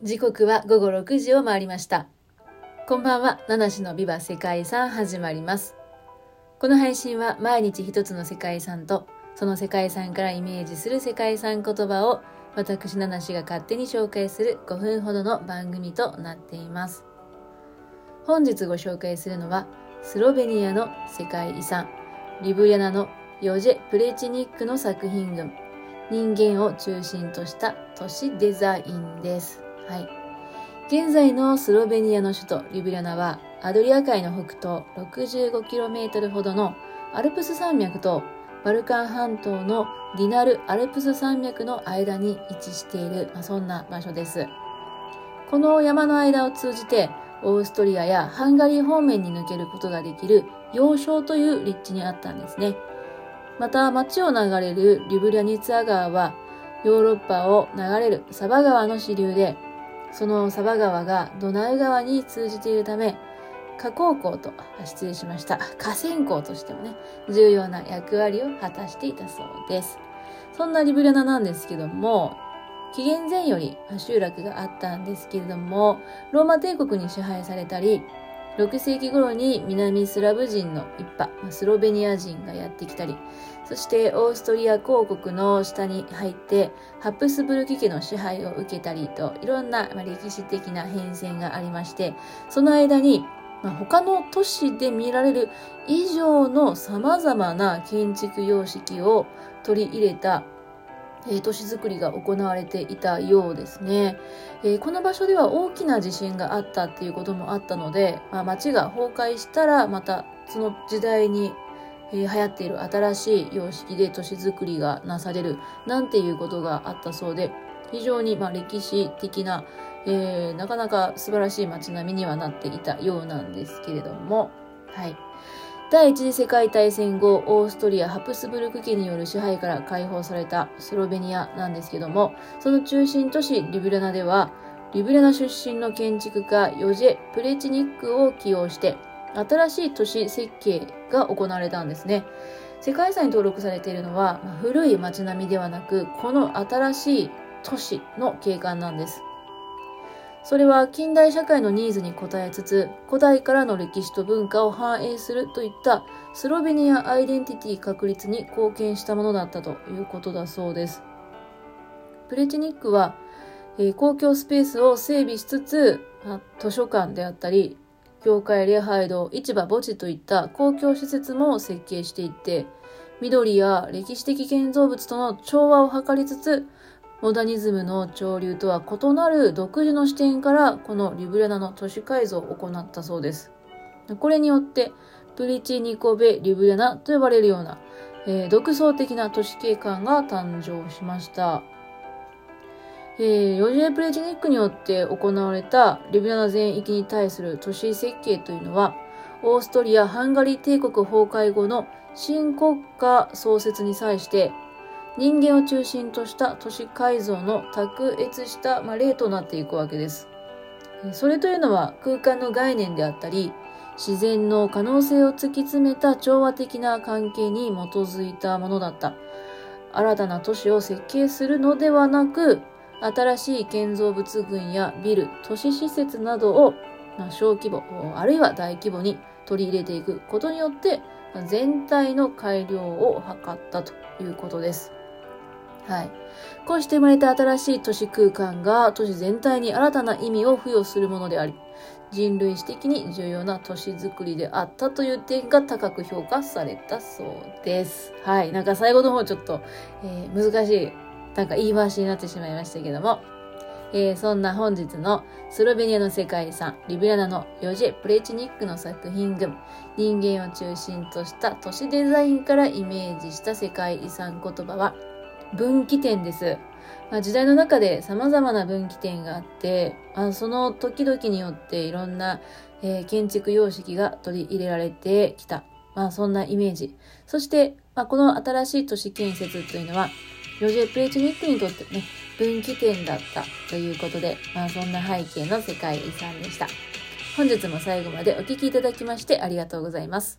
時刻は午後6時を回りました。こんばんは。七種のビバ世界遺産始まります。この配信は毎日一つの世界遺産とその世界遺産からイメージする世界遺産言葉を私七種が勝手に紹介する5分ほどの番組となっています。本日ご紹介するのはスロベニアの世界遺産リブリャナのヨジェ・プレチニックの作品群、人間を中心とした都市デザインです。はい。現在のスロベニアの首都リブリャナはアドリア海の北東 65km ほどのアルプス山脈とバルカン半島のディナル・アルプス山脈の間に位置している、そんな場所です。この山の間を通じてオーストリアやハンガリー方面に抜けることができる要衝という立地にあったんですね。また町を流れるリブリャニツァ川はヨーロッパを流れるサバ川の支流で、そのサバ川がドナウ川に通じているため、河川港と河川港としてもね、重要な役割を果たしていたそうです。そんなリブリャナなんですけども、紀元前より集落があったんですけれども、ローマ帝国に支配されたり、6世紀頃に南スラブ人の一派、スロベニア人がやってきたり、そしてオーストリア公国の下に入ってハプスブルク家の支配を受けたりと、いろんな歴史的な変遷がありまして、その間に他の都市で見られる以上の様々な建築様式を取り入れた都市づくりが行われていたようですね。この場所では大きな地震があったっていうこともあったので、町が崩壊したらまたその時代に流行っている新しい様式で都市づくりがなされるなんていうことがあったそうで、非常に歴史的な、なかなか素晴らしい街並みにはなっていたようなんですけれども、はい。第一次世界大戦後、オーストリア・ハプスブルク家による支配から解放されたスロベニアなんですけども、その中心都市リブリャナでは、リブリャナ出身の建築家ヨジェ・プレチニックを起用して、新しい都市設計が行われたんですね。世界遺産に登録されているのは、古い街並みではなく、この新しい都市の景観なんです。それは近代社会のニーズに応えつつ、古代からの歴史と文化を反映するといったスロベニアアイデンティティ確立に貢献したものだったということだそうです。プレチニックは、公共スペースを整備しつつ、図書館であったり、教会、礼拝堂、市場、墓地といった公共施設も設計していって、緑や歴史的建造物との調和を図りつつ、モダニズムの潮流とは異なる独自の視点からこのリブリャナの都市改造を行ったそうです。これによってプリチニコベ・リブリャナと呼ばれるような、独創的な都市景観が誕生しました。ヨジェ・プレチニックによって行われたリブリャナ全域に対する都市設計というのは、オーストリア・ハンガリー帝国崩壊後の新国家創設に際して人間を中心とした都市改造の卓越した例となっていくわけです。それというのは空間の概念であったり、自然の可能性を突き詰めた調和的な関係に基づいたものだった。新たな都市を設計するのではなく、新しい建造物群やビル、都市施設などを小規模あるいは大規模に取り入れていくことによって全体の改良を図ったということです。はい。こうして生まれた新しい都市空間が都市全体に新たな意味を付与するものであり、人類史的に重要な都市づくりであったという点が高く評価されたそうです。はい。最後の方ちょっと、難しい、言い回しになってしまいましたけども、そんな本日のスロベニアの世界遺産リブリャナのヨジェ・プレチニックの作品群、人間を中心とした都市デザインからイメージした世界遺産言葉は分岐点です。時代の中で様々な分岐点があって、その時々によっていろんな、建築様式が取り入れられてきた。そんなイメージ。そして、この新しい都市建設というのは、ヨジェ・プレチニックにとってね、分岐点だったということで、そんな背景の世界遺産でした。本日も最後までお聞きいただきましてありがとうございます。